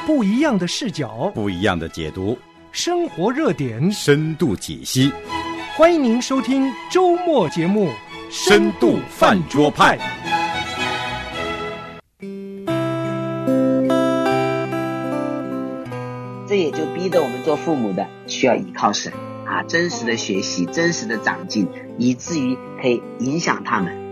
不一样的视角， 不一样的解读， 生活热点， 深度解析。 欢迎您收听周末节目《 深度饭桌派》。 这也就逼得我们做父母的需要依靠神啊，真实的学习，真实的长进，以至于可以影响他们。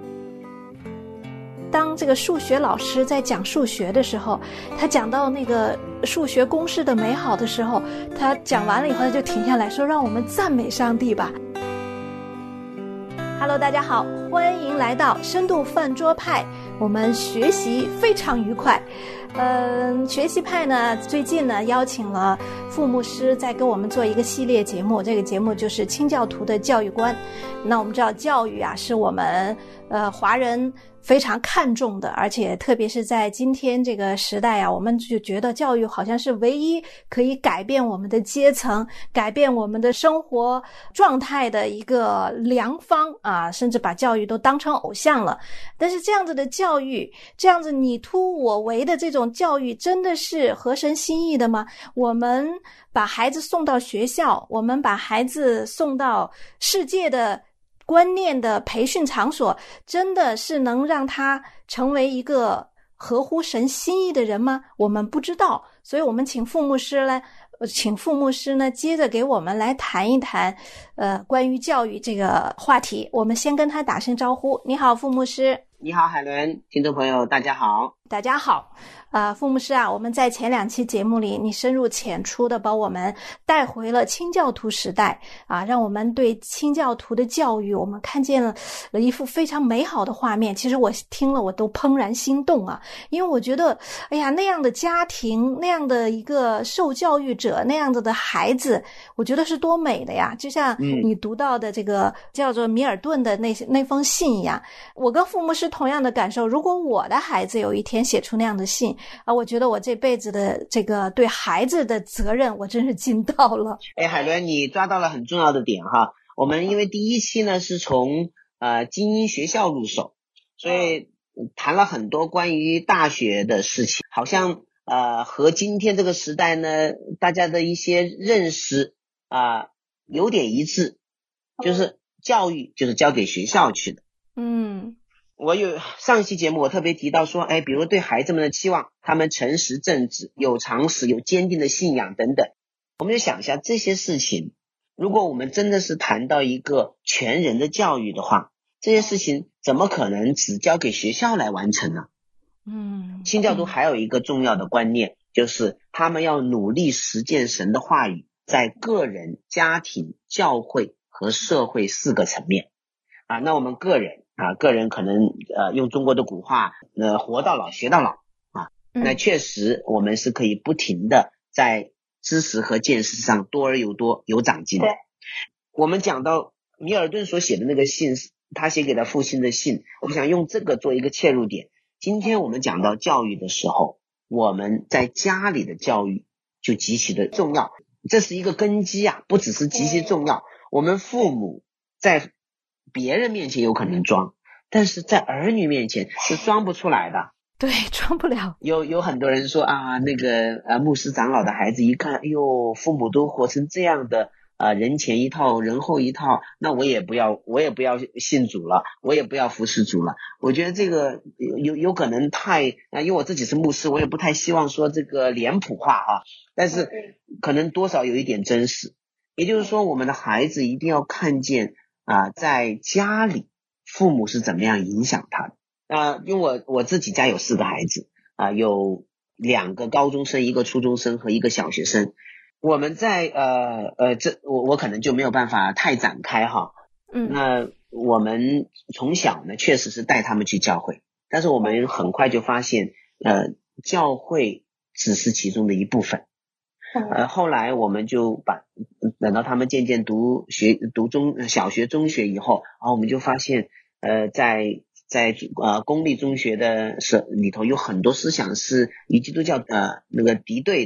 当这个数学老师在讲数学的时候，他讲到那个数学公式的美好的时候，他讲完了以后他就停下来说，让我们赞美上帝吧。Hello， 大家好，欢迎来到深度饭桌派，我们学习非常愉快。学习派呢，最近呢邀请了傅牧师在跟我们做一个系列节目，这个节目就是清教徒的教育观。那我们知道教育啊，是我们华人非常看重的，而且特别是在今天这个时代啊，我们就觉得教育好像是唯一可以改变我们的阶层，改变我们的生活状态的一个良方啊，甚至把教育都当成偶像了。但是这样子的教育，这样子你突我为的这种教育，真的是合神心意的吗？我们把孩子送到学校，我们把孩子送到世界的观念的培训场所，真的是能让他成为一个合乎神心意的人吗？我们不知道，所以我们请傅牧师呢接着给我们来谈一谈关于教育这个话题。我们先跟他打声招呼。你好，傅牧师。 你好，海伦，听众朋友大家好。 大家好。傅牧师啊，我们在前2期节目里，你深入浅出的把我们带回了清教徒时代啊，让我们对清教徒的教育，我们看见了一幅非常美好的画面。其实我听了我都怦然心动啊，因为我觉得，哎呀，那样的家庭，那样的一个受教育者，那样子的孩子，我觉得是多美的呀！就像你读到的这个叫做米尔顿的那封信一样，我跟傅牧师同样的感受。如果我的孩子有一天写出那样的信啊，我觉得我这辈子的这个对孩子的责任，我真是尽到了。 海伦，你抓到了很重要的点哈。我们因为第1期呢是从精英学校入手，所以谈了很多关于大学的事情，好像和今天这个时代呢，大家的一些认识有点一致，就是教育就是交给学校去的。我有上一期节目我特别提到说，比如对孩子们的期望，他们诚实正直，有常识，有坚定的信仰等等。我们就想一下这些事情，如果我们真的是谈到一个全人的教育的话，这些事情怎么可能只交给学校来完成呢？清教徒还有一个重要的观念，就是他们要努力实践神的话语，在个人、家庭、教会和社会4个层面那我们个人可能用中国的古话活到老学到老那确实我们是可以不停的在知识和见识上多而又多，有长进的。我们讲到米尔顿所写的那个信，他写给他父亲的信，我想用这个做一个切入点。今天我们讲到教育的时候，我们在家里的教育就极其的重要，这是一个根基不只是极其重要。我们父母在别人面前有可能装，但是在儿女面前是装不出来的。 对，装不了。 有很多人说那个牧师长老的孩子一看，哎呦，父母都活成这样的人前一套人后一套，那我也不要信主了，我也不要服侍主了。我觉得这个有可能太因为我自己是牧师，我也不太希望说这个脸谱化但是可能多少有一点真实。也就是说，我们的孩子一定要看见在家里父母是怎么样影响他的。因为我自己家有4个孩子有2个高中生，1个初中生和1个小学生。我们在我可能就没有办法太展开那我们从小呢确实是带他们去教会，但是我们很快就发现教会只是其中的一部分。后来我们就等到他们渐渐读小学中学以后我们就发现在公立中学的里头有很多思想是与基督教那个敌对的，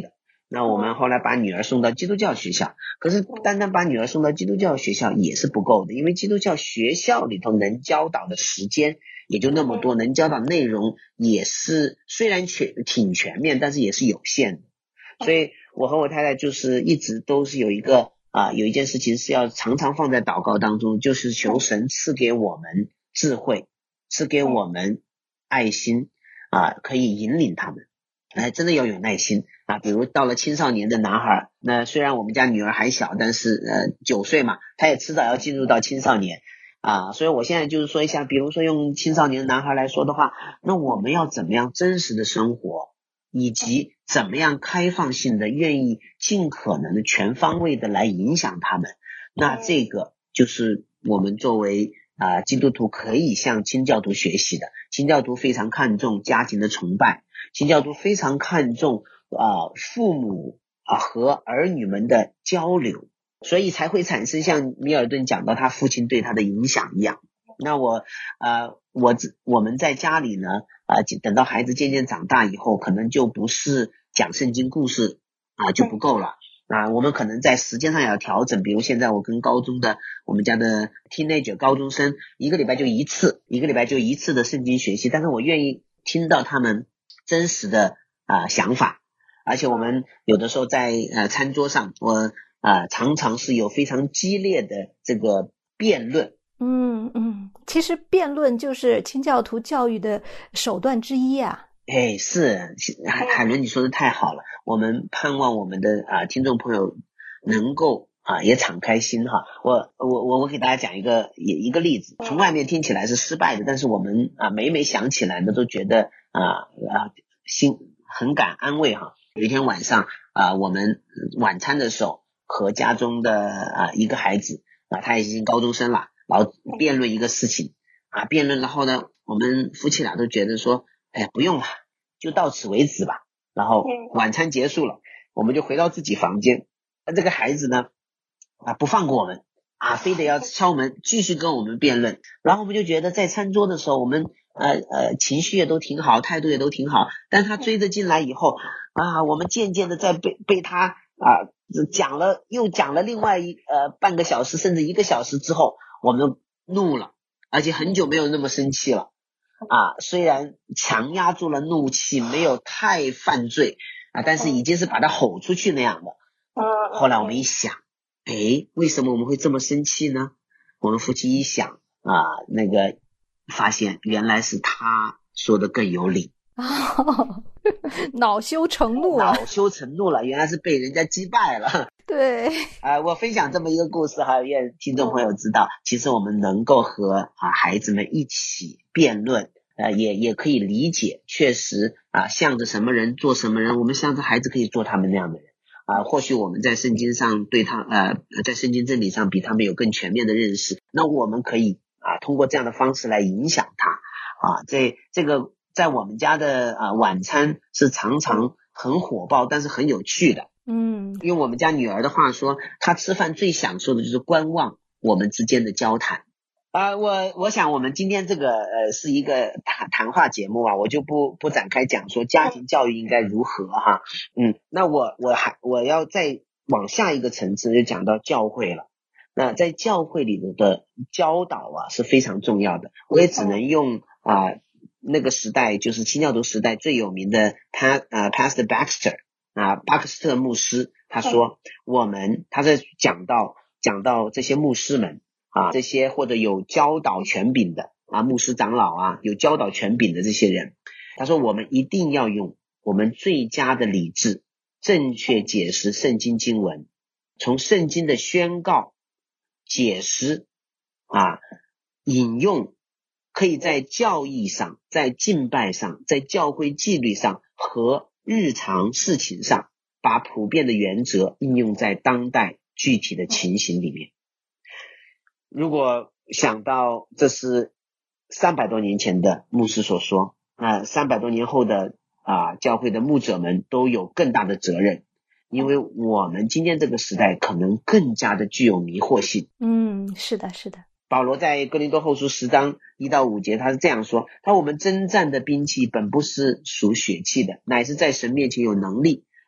那我们后来把女儿送到基督教学校，可是单单把女儿送到基督教学校也是不够的，因为基督教学校里头能教导的时间也就那么多，能教导内容也是虽然挺全面，但是也是有限的。所以我和我太太就是一直都是有一件事情是要常常放在祷告当中，就是求神赐给我们智慧，赐给我们爱心可以引领他们。真的要有耐心比如到了青少年的男孩，那虽然我们家女儿还小，但是9岁嘛，他也迟早要进入到青少年所以我现在就是说一下，比如说用青少年的男孩来说的话，那我们要怎么样真实的生活，以及怎么样开放性的愿意尽可能的全方位的来影响他们。那这个就是我们作为基督徒可以向清教徒学习的。清教徒非常看重家庭的崇拜，清教徒非常看重父母和儿女们的交流，所以才会产生像米尔顿讲到他父亲对他的影响一样。那我们在家里呢等到孩子渐渐长大以后，可能就不是讲圣经故事就不够了我们可能在时间上也要调整。比如现在我跟我们家的 teenager 高中生一个礼拜就一次的圣经学习，但是我愿意听到他们真实的想法。而且我们有的时候在餐桌上，我常常是有非常激烈的这个辩论。 其实辩论就是清教徒教育的手段之一是海伦你说的太好了，我们盼望我们的听众朋友能够也敞开心我给大家讲一个例子，从外面听起来是失败的，但是我们每想起来呢都觉得心很感安慰有一天晚上我们晚餐的时候和家中的一个孩子他已经高中生了，然后辩论一个事情辩论，然后呢我们夫妻俩都觉得说不用了，就到此为止吧。然后晚餐结束了，我们就回到自己房间。这个孩子呢不放过我们非得要敲门继续跟我们辩论。然后我们就觉得在餐桌的时候，我们情绪也都挺好，态度也都挺好，但他追着进来以后我们渐渐的在被他又讲了另外半个小时甚至1个小时之后，我们怒了，而且很久没有那么生气了虽然强压住了怒气，没有太犯罪但是已经是把它吼出去那样的。后来我们一想为什么我们会这么生气呢？我们夫妻一想发现原来是他说的更有理恼羞成怒了，原来是被人家击败了。 对我分享这么一个故事愿听众朋友知道，其实我们能够和孩子们一起辩论也可以理解，确实向着什么人做什么人，我们向着孩子可以做他们那样的人或许我们在圣经上对他在圣经真理上比他们有更全面的认识，那我们可以通过这样的方式来影响他这个在我们家的晚餐是常常很火爆但是很有趣的。用我们家女儿的话说，她吃饭最享受的就是观望我们之间的交谈我想我们今天这个是一个谈话节目我就不展开讲说家庭教育应该如何那我要再往下一个层次就讲到教会了。那在教会里的教导是非常重要的。我也只能用那个时代就是清教徒时代最有名的Pastor Baxter巴克斯特牧师，他说他在讲到这些牧师们这些或者有教导权柄的牧师长老有教导权柄的这些人，他说我们一定要用我们最佳的理智正确解释圣经经文，从圣经的宣告解释引用，可以在教义上在敬拜上在教会纪律上和日常事情上把普遍的原则应用在当代具体的情形里面。如果想到这是300多年前的牧师所说300多年后的教会的牧者们都有更大的责任，因为我们今天这个时代可能更加的具有迷惑性。 是的保罗在哥林多后书10章1到5节他是这样说，他说我们征战的兵器本不是属血气的，乃是在神面前有能力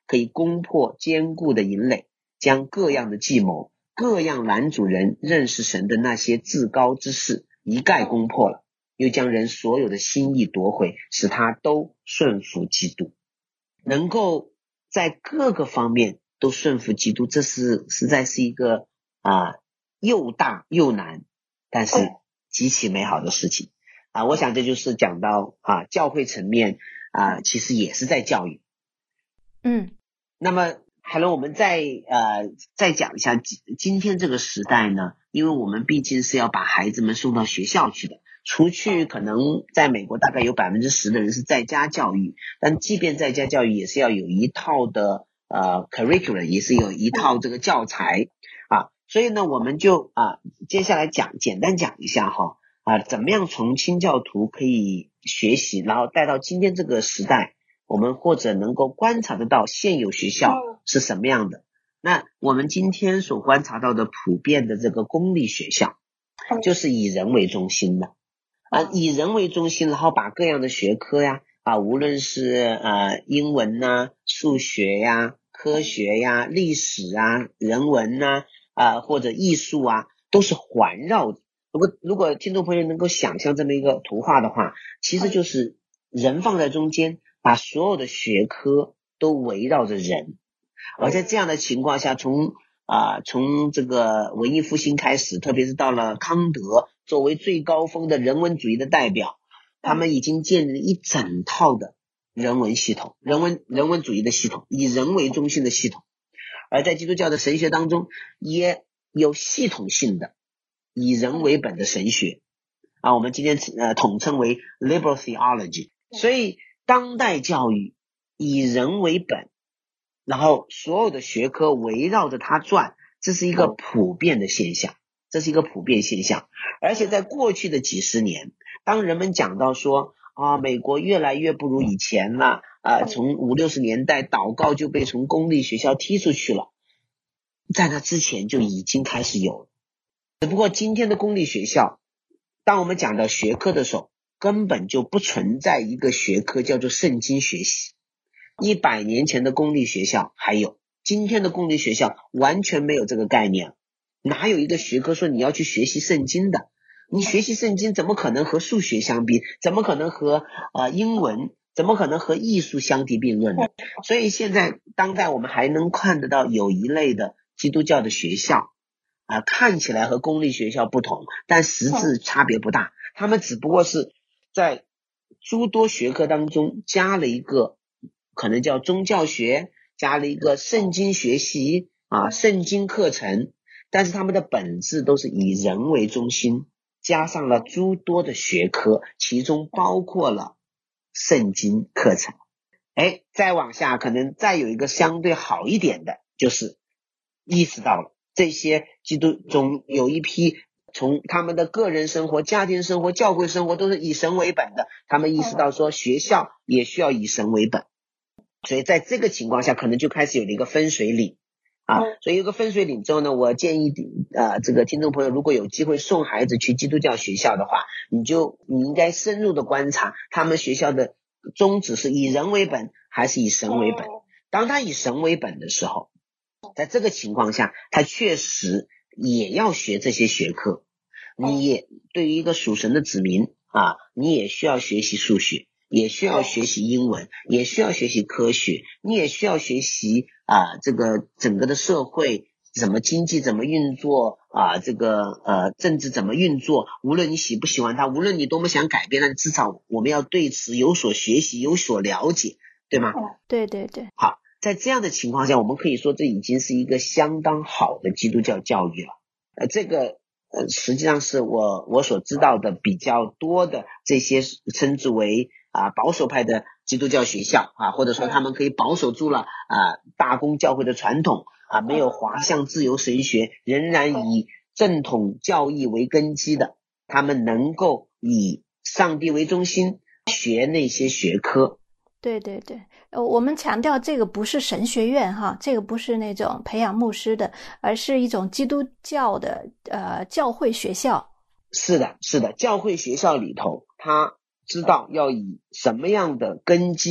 可以攻破坚固的营垒，将各样的计谋、各样拦阻人认识神的那些自高之事一概攻破了，又将人所有的心意夺回，使他都顺服基督。能够在各个方面都顺服基督，这是实在是一个又大又难，但是极其美好的事情我想这就是讲到教会层面其实也是在教育。那么海伦，我们再讲一下今天这个时代呢，因为我们毕竟是要把孩子们送到学校去的，除去可能在美国大概有 10% 的人是在家教育，但即便在家教育也是要有一套的curriculum， 也是有一套这个教材所以呢我们就接下来简单讲一下怎么样从清教徒可以学习，然后带到今天这个时代，我们或者能够观察得到现有学校是什么样的。那我们今天所观察到的普遍的这个公立学校就是以人为中心的以人为中心，然后把各样的学科呀无论是英文数学呀、科学呀、历史人文或者艺术都是环绕的。如果听众朋友能够想象这么一个图画的话，其实就是人放在中间，把所有的学科都围绕着人。而在这样的情况下，从这个文艺复兴开始，特别是到了康德作为最高峰的人文主义的代表，他们已经建立了一整套的人文系统，人文主义的系统，以人为中心的系统。而在基督教的神学当中也有系统性的以人为本的神学我们今天统称为 liberal theology。 所以当代教育以人为本，然后所有的学科围绕着它转，这是一个普遍的现象，而且在过去的几十年，当人们讲到说美国越来越不如以前了从50-60年代祷告就被从公立学校踢出去了，在那之前就已经开始有了。只不过今天的公立学校，当我们讲到学科的时候，根本就不存在一个学科叫做圣经学习。100年前的公立学校还有，今天的公立学校完全没有这个概念，哪有一个学科说你要去学习圣经的？你学习圣经怎么可能和数学相比？怎么可能和英文？怎么可能和艺术相提并论呢？所以现在当代我们还能看得到有一类的基督教的学校看起来和公立学校不同，但实质差别不大，他们只不过是在诸多学科当中加了一个可能叫宗教学，加了一个圣经学习圣经课程，但是他们的本质都是以人为中心，加上了诸多的学科，其中包括了圣经课程。再往下可能再有一个相对好一点的，就是意识到了这些基督中有一批从他们的个人生活、家庭生活、教会生活都是以神为本的，他们意识到说学校也需要以神为本，所以在这个情况下可能就开始有了一个分水岭所以有个分水岭之后呢，我建议这个听众朋友如果有机会送孩子去基督教学校的话，你应该深入的观察他们学校的宗旨是以人为本还是以神为本。当他以神为本的时候，在这个情况下他确实也要学这些学科。你也对于一个属神的子民你也需要学习数学，也需要学习英文，也需要学习科学，你也需要学习这个整个的社会怎么经济怎么运作这个政治怎么运作，无论你喜不喜欢它，无论你多么想改变，但至少我们要对此有所学习，有所了解，对吗？ 对对对。 好，在这样的情况下，我们可以说这已经是一个相当好的基督教教育了。这个实际上是我所知道的比较多的这些称之为保守派的基督教学校或者说他们可以保守住了大公教会的传统没有滑向自由神学，仍然以正统教义为根基的，他们能够以上帝为中心学那些学科。 对对对，我们强调这个不是神学院这个不是那种培养牧师的，而是一种基督教的教会学校。 是的，教会学校里头他知道要以什么样的根基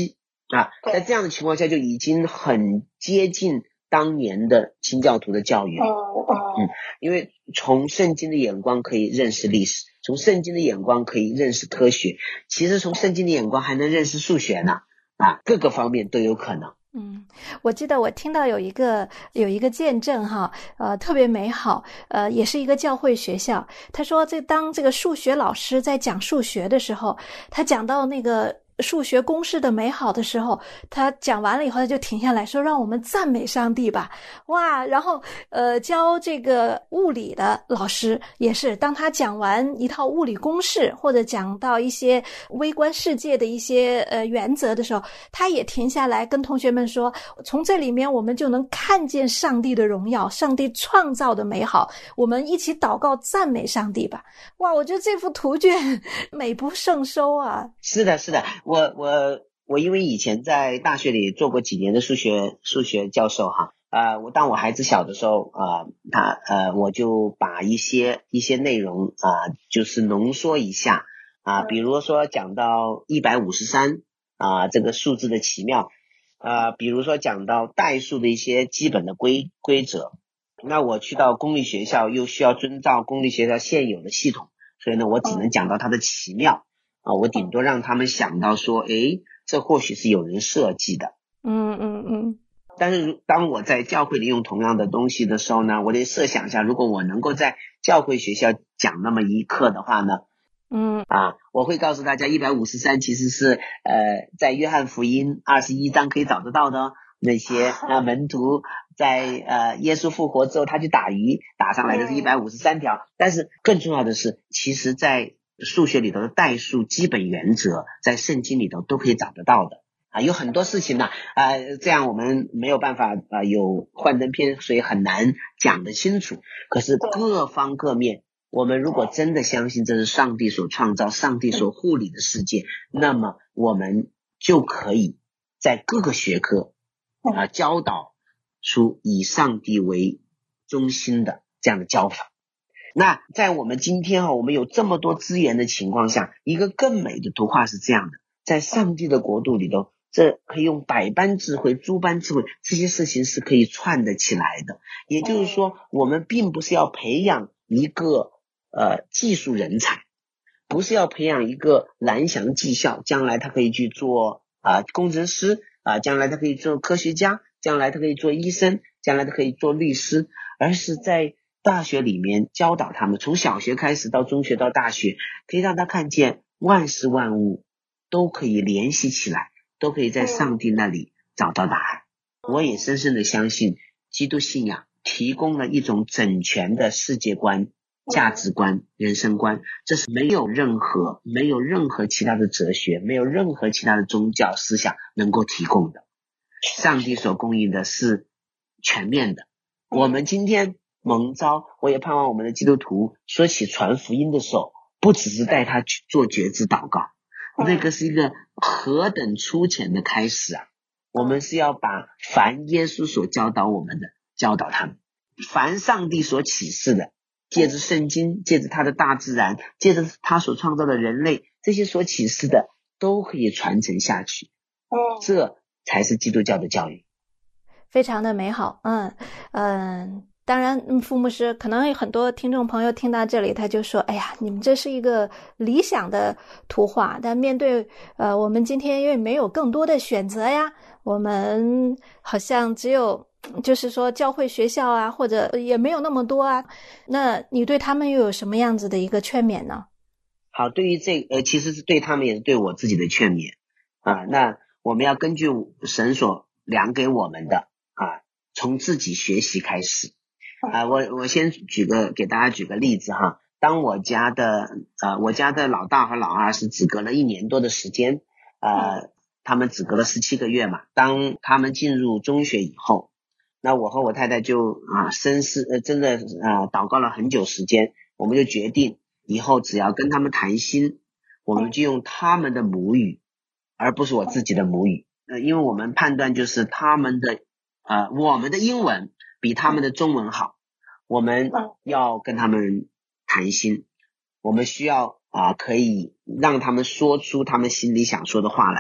在这样的情况下就已经很接近当年的清教徒的教育。因为从圣经的眼光可以认识历史，从圣经的眼光可以认识科学，其实从圣经的眼光还能认识数学呢，各个方面都有可能。 我记得我听到有一个见证哈，特别美好，也是一个教会学校。他说当这个数学老师在讲数学的时候，他讲到那个数学公式的美好的时候，他讲完了以后他就停下来说让我们赞美上帝吧。哇，然后教这个物理的老师也是，当他讲完一套物理公式或者讲到一些微观世界的一些原则的时候，他也停下来跟同学们说，从这里面我们就能看见上帝的荣耀，上帝创造的美好，我们一起祷告赞美上帝吧。哇，我觉得这幅图卷美不胜收啊。 是的我因为以前在大学里做过几年的数学教授哈，当我孩子小的时候我就把一些内容就是浓缩一下比如说讲到153这个数字的奇妙比如说讲到代数的一些基本的规则，那我去到公立学校又需要遵照公立学校现有的系统，所以呢我只能讲到它的奇妙我顶多让他们想到说这或许是有人设计的。但是当我在教会里用同样的东西的时候呢，我得设想一下，如果我能够在教会学校讲那么一课的话呢我会告诉大家153其实是在约翰福音21章可以找得到的那些门徒在耶稣复活之后他去打鱼打上来的是153条，但是更重要的是其实在数学里头的代数基本原则在圣经里头都可以找得到的有很多事情呢这样我们没有办法有幻灯片，所以很难讲得清楚，可是各方各面我们如果真的相信这是上帝所创造上帝所护理的世界，那么我们就可以在各个学科教导出以上帝为中心的这样的教法。那在我们今天我们有这么多资源的情况下，一个更美的图画是这样的，在上帝的国度里头，这可以用百般智慧诸般智慧，这些事情是可以串得起来的。也就是说我们并不是要培养一个技术人才，不是要培养一个蓝翔技校将来他可以去做工程师将来他可以做科学家，将来他可以做医生，将来他可以做律师，而是在大学里面教导他们，从小学开始到中学到大学，可以让他看见万事万物都可以联系起来，都可以在上帝那里找到答案。我也深深的相信基督信仰提供了一种整全的世界观价值观人生观，这是没有任何其他的哲学，没有任何其他的宗教思想能够提供的。上帝所供应的是全面的。我们今天蒙召，我也盼望我们的基督徒说起传福音的时候，不只是带他去做觉知祷告，那个是一个何等粗浅的开始我们是要把凡耶稣所教导我们的教导他们，凡上帝所启示的，借着圣经，借着他的大自然，借着他所创造的人类，这些所启示的都可以传承下去。这才是基督教的教育。 非常的美好。当然傅牧师可能有很多听众朋友听到这里他就说，哎呀，你们这是一个理想的图画，但面对我们今天因为没有更多的选择呀，我们好像只有就是说教会学校或者也没有那么多那你对他们又有什么样子的一个劝勉呢？ 好，对于其实是对他们也是对我自己的劝勉那我们要根据神所量给我们的从自己学习开始我先给大家举个例子当我家的老大和老二是只隔了1年多的时间他们只隔了17个月嘛。当他们进入中学以后，那我和我太太就深思真的祷告了很久时间，我们就决定以后只要跟他们谈心，我们就用他们的母语而不是我自己的母语因为我们判断就是我们的英文比他们的中文好，我们要跟他们谈心，我们需要可以让他们说出他们心里想说的话来。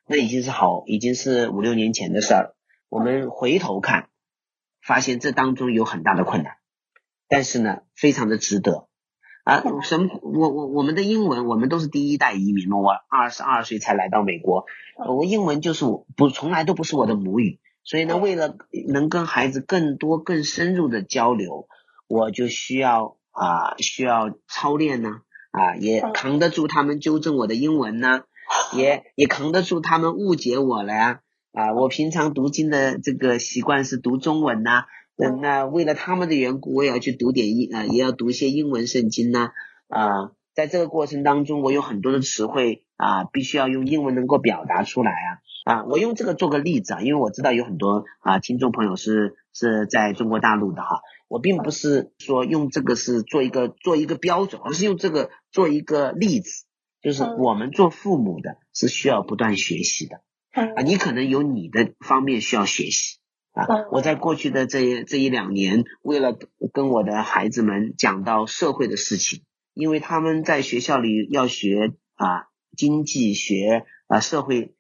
那已经是5-6年前的事儿。我们回头看，发现这当中有很大的困难，但是呢，非常的值得。我们的英文，我们都是第一代移民嘛，我22岁才来到美国，我英文就是从来都不是我的母语，所以呢，为了能跟孩子更多更深入的交流，我就需要操练呢，也扛得住他们纠正我的英文呢，也扛得住他们误解我了呀。我平常读经的这个习惯是读中文呐，那为了他们的缘故，我也要去读点也要读一些英文圣经呢。在这个过程当中，我有很多的词汇必须要用英文能够表达出来我用这个做个例子因为我知道有很多听众朋友是在中国大陆的我并不是说用这个是做一个标准，而是用这个做一个例子，就是我们做父母的是需要不断学习的你可能有你的方面需要学习我在过去的这1-2年，为了跟我的孩子们讲到社会的事情，因为他们在学校里要学经济学社会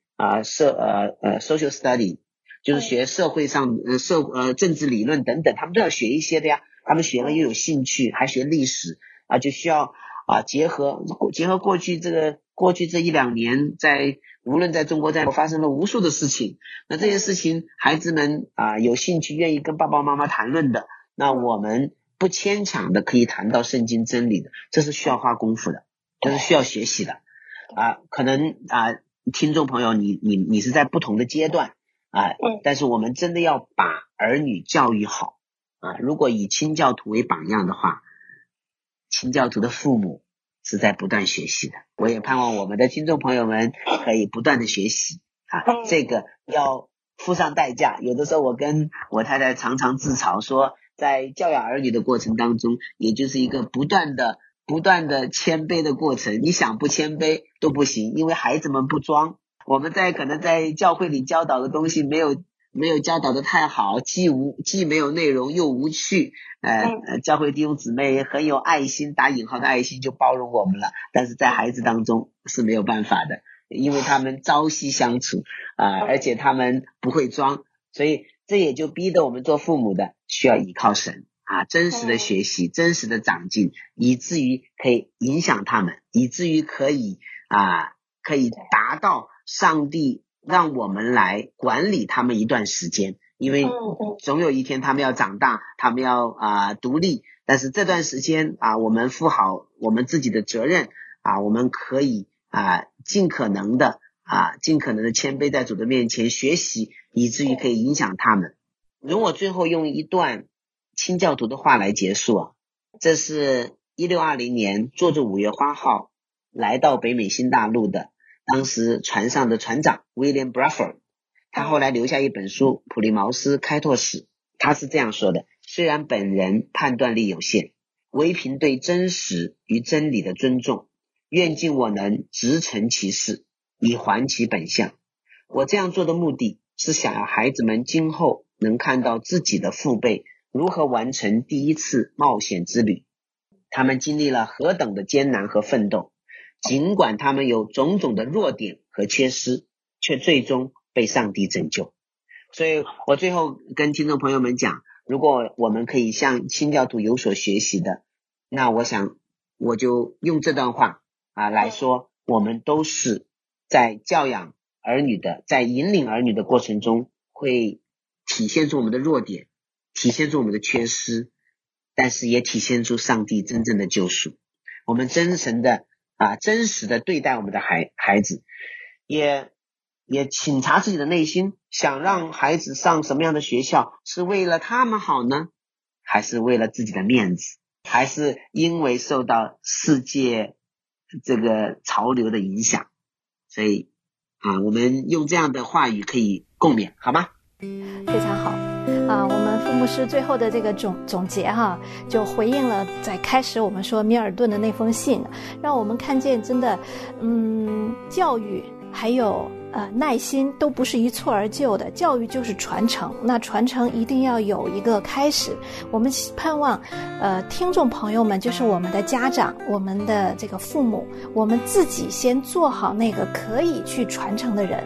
social study， 就是学社会上政治理论等等，他们都要学一些的呀。他们学了又有兴趣，还学历史就需要结合过去这1-2年，无论在中国在发生了无数的事情，那这些事情孩子们有兴趣愿意跟爸爸妈妈谈论的，那我们不牵强的可以谈到圣经真理的，这是需要花功夫的，这是需要学习的可能听众朋友你是在不同的阶段但是我们真的要把儿女教育好如果以清教徒为榜样的话，清教徒的父母是在不断学习的。我也盼望我们的听众朋友们可以不断的学习这个要付上代价。有的时候我跟我太太常常自嘲说，在教养儿女的过程当中，也就是一个不断的谦卑的过程，你想不谦卑都不行，因为孩子们不装。我们可能在教会里教导的东西没有教导的太好，既没有内容又无趣教会弟兄姊妹很有爱心，打引号的爱心就包容我们了，但是在孩子当中是没有办法的，因为他们朝夕相处而且他们不会装，所以这也就逼得我们做父母的需要依靠神真实的学习，真实的长进，以至于可以影响他们，以至于可以达到上帝让我们来管理他们一段时间，因为总有一天他们要长大，他们要独立，但是这段时间我们负好我们自己的责任我们可以尽可能的谦卑在主的面前学习，以至于可以影响他们。容我最后用一段清教徒的话来结束这是1620年坐着5月花号来到北美新大陆的当时船上的船长 William Bradford， 他后来留下一本书《普利茅斯开拓史》，他是这样说的：虽然本人判断力有限，唯凭对真实与真理的尊重，愿尽我能直陈其事，以还其本相。我这样做的目的是想要孩子们今后能看到自己的父辈如何完成第一次冒险之旅，他们经历了何等的艰难和奋斗，尽管他们有种种的弱点和缺失，却最终被上帝拯救。所以我最后跟听众朋友们讲，如果我们可以向清教徒有所学习的，那我想我就用这段话来说，我们都是在教养儿女的，在引领儿女的过程中，会体现出我们的弱点，体现出我们的缺失，但是也体现出上帝真正的救赎。我们真实的对待我们的孩子，也请察自己的内心，想让孩子上什么样的学校，是为了他们好呢，还是为了自己的面子，还是因为受到世界这个潮流的影响。所以我们用这样的话语可以共勉，好吗？ 非常好我们傅牧师最后的这个总结就回应了在开始我们说米尔顿的那封信，让我们看见真的教育还有耐心都不是一蹴而就的，教育就是传承，那传承一定要有一个开始。我们盼望听众朋友们，就是我们的家长，我们的这个父母，我们自己先做好那个可以去传承的人。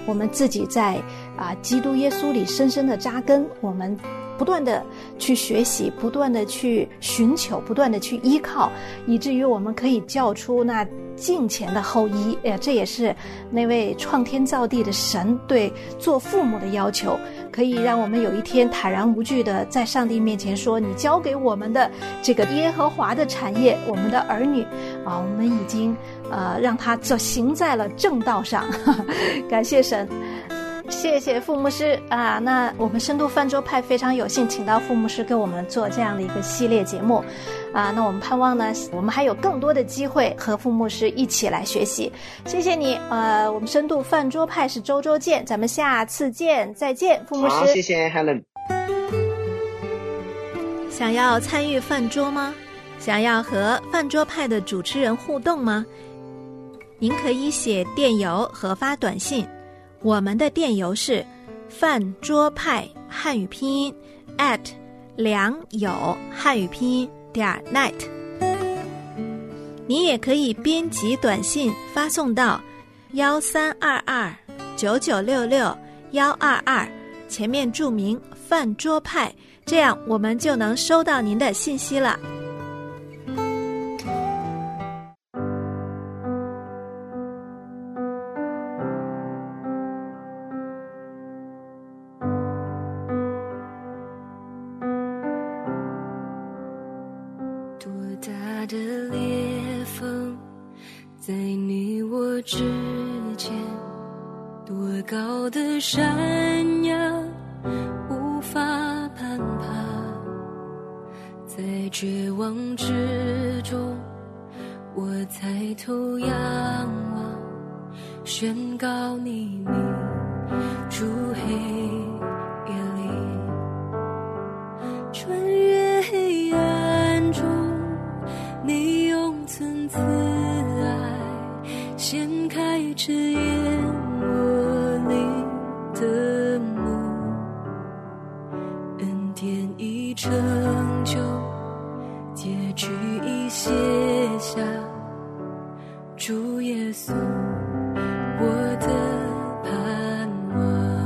我们自己在基督耶稣里深深的扎根，我们不断的去学习，不断的去寻求，不断的去依靠，以至于我们可以教出那敬虔的后裔。这也是那位创天造地的神对做父母的要求，可以让我们有一天坦然无惧的在上帝面前说，你交给我们的这个耶和华的产业，我们的儿女我们已经让他行在了正道上感谢神。谢谢傅牧师那我们深度饭桌派非常有幸请到傅牧师给我们做这样的一个系列节目那我们盼望呢，我们还有更多的机会和傅牧师一起来学习。谢谢你我们深度饭桌派是周周见，咱们下次见，再见，傅牧师。 好，谢谢 Helen。 想要参与饭桌吗？想要和饭桌派的主持人互动吗？您可以写电邮和发短信，我们的电邮是饭桌派汉语拼音@良友汉语拼音.net。你也可以编辑短信发送到13229966-122，前面注明饭桌派，这样我们就能收到您的信息了。 的裂缝在你我之间，多高的山崖无法攀爬，在绝望之中我抬头仰望，宣告你名住黑夜里，穿越黑暗中你永存慈爱，掀开遮掩我灵的幕，恩典已成就，结局已写下，主耶稣我的盼望。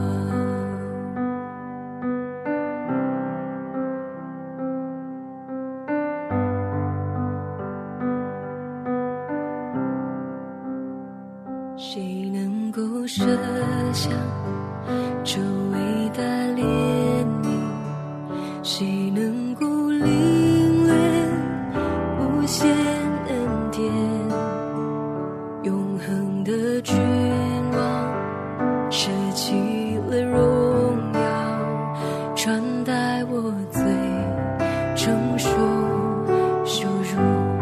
谁能够设想这伟大怜悯？谁能够领略无限恩典？永恒的君王舍弃了荣耀，穿戴我罪，承受羞辱，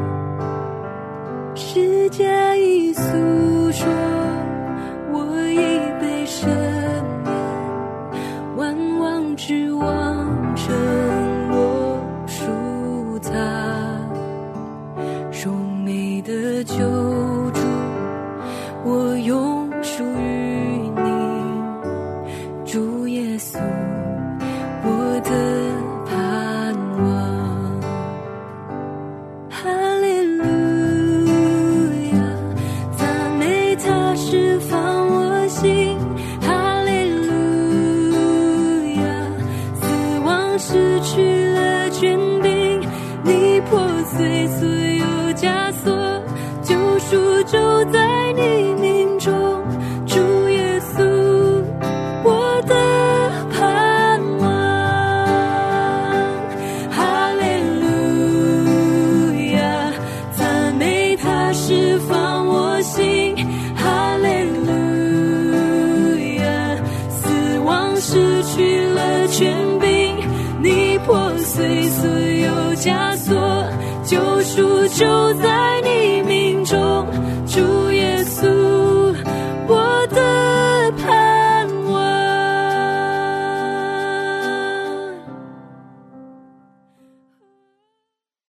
世界已诉说我已被赦免，万王之王成我属他，荣美的救主我永属于你，主耶稣我的盼望。哈利路亚，赞美他释放我心，哈利路亚，死亡失去了权柄，你破碎所有枷锁，救赎就在你命中，主耶稣我的盼望。哈利路亚，赞美他释放我心，哈利路亚，死亡失去了权柄，你破碎所有枷锁，救赎就在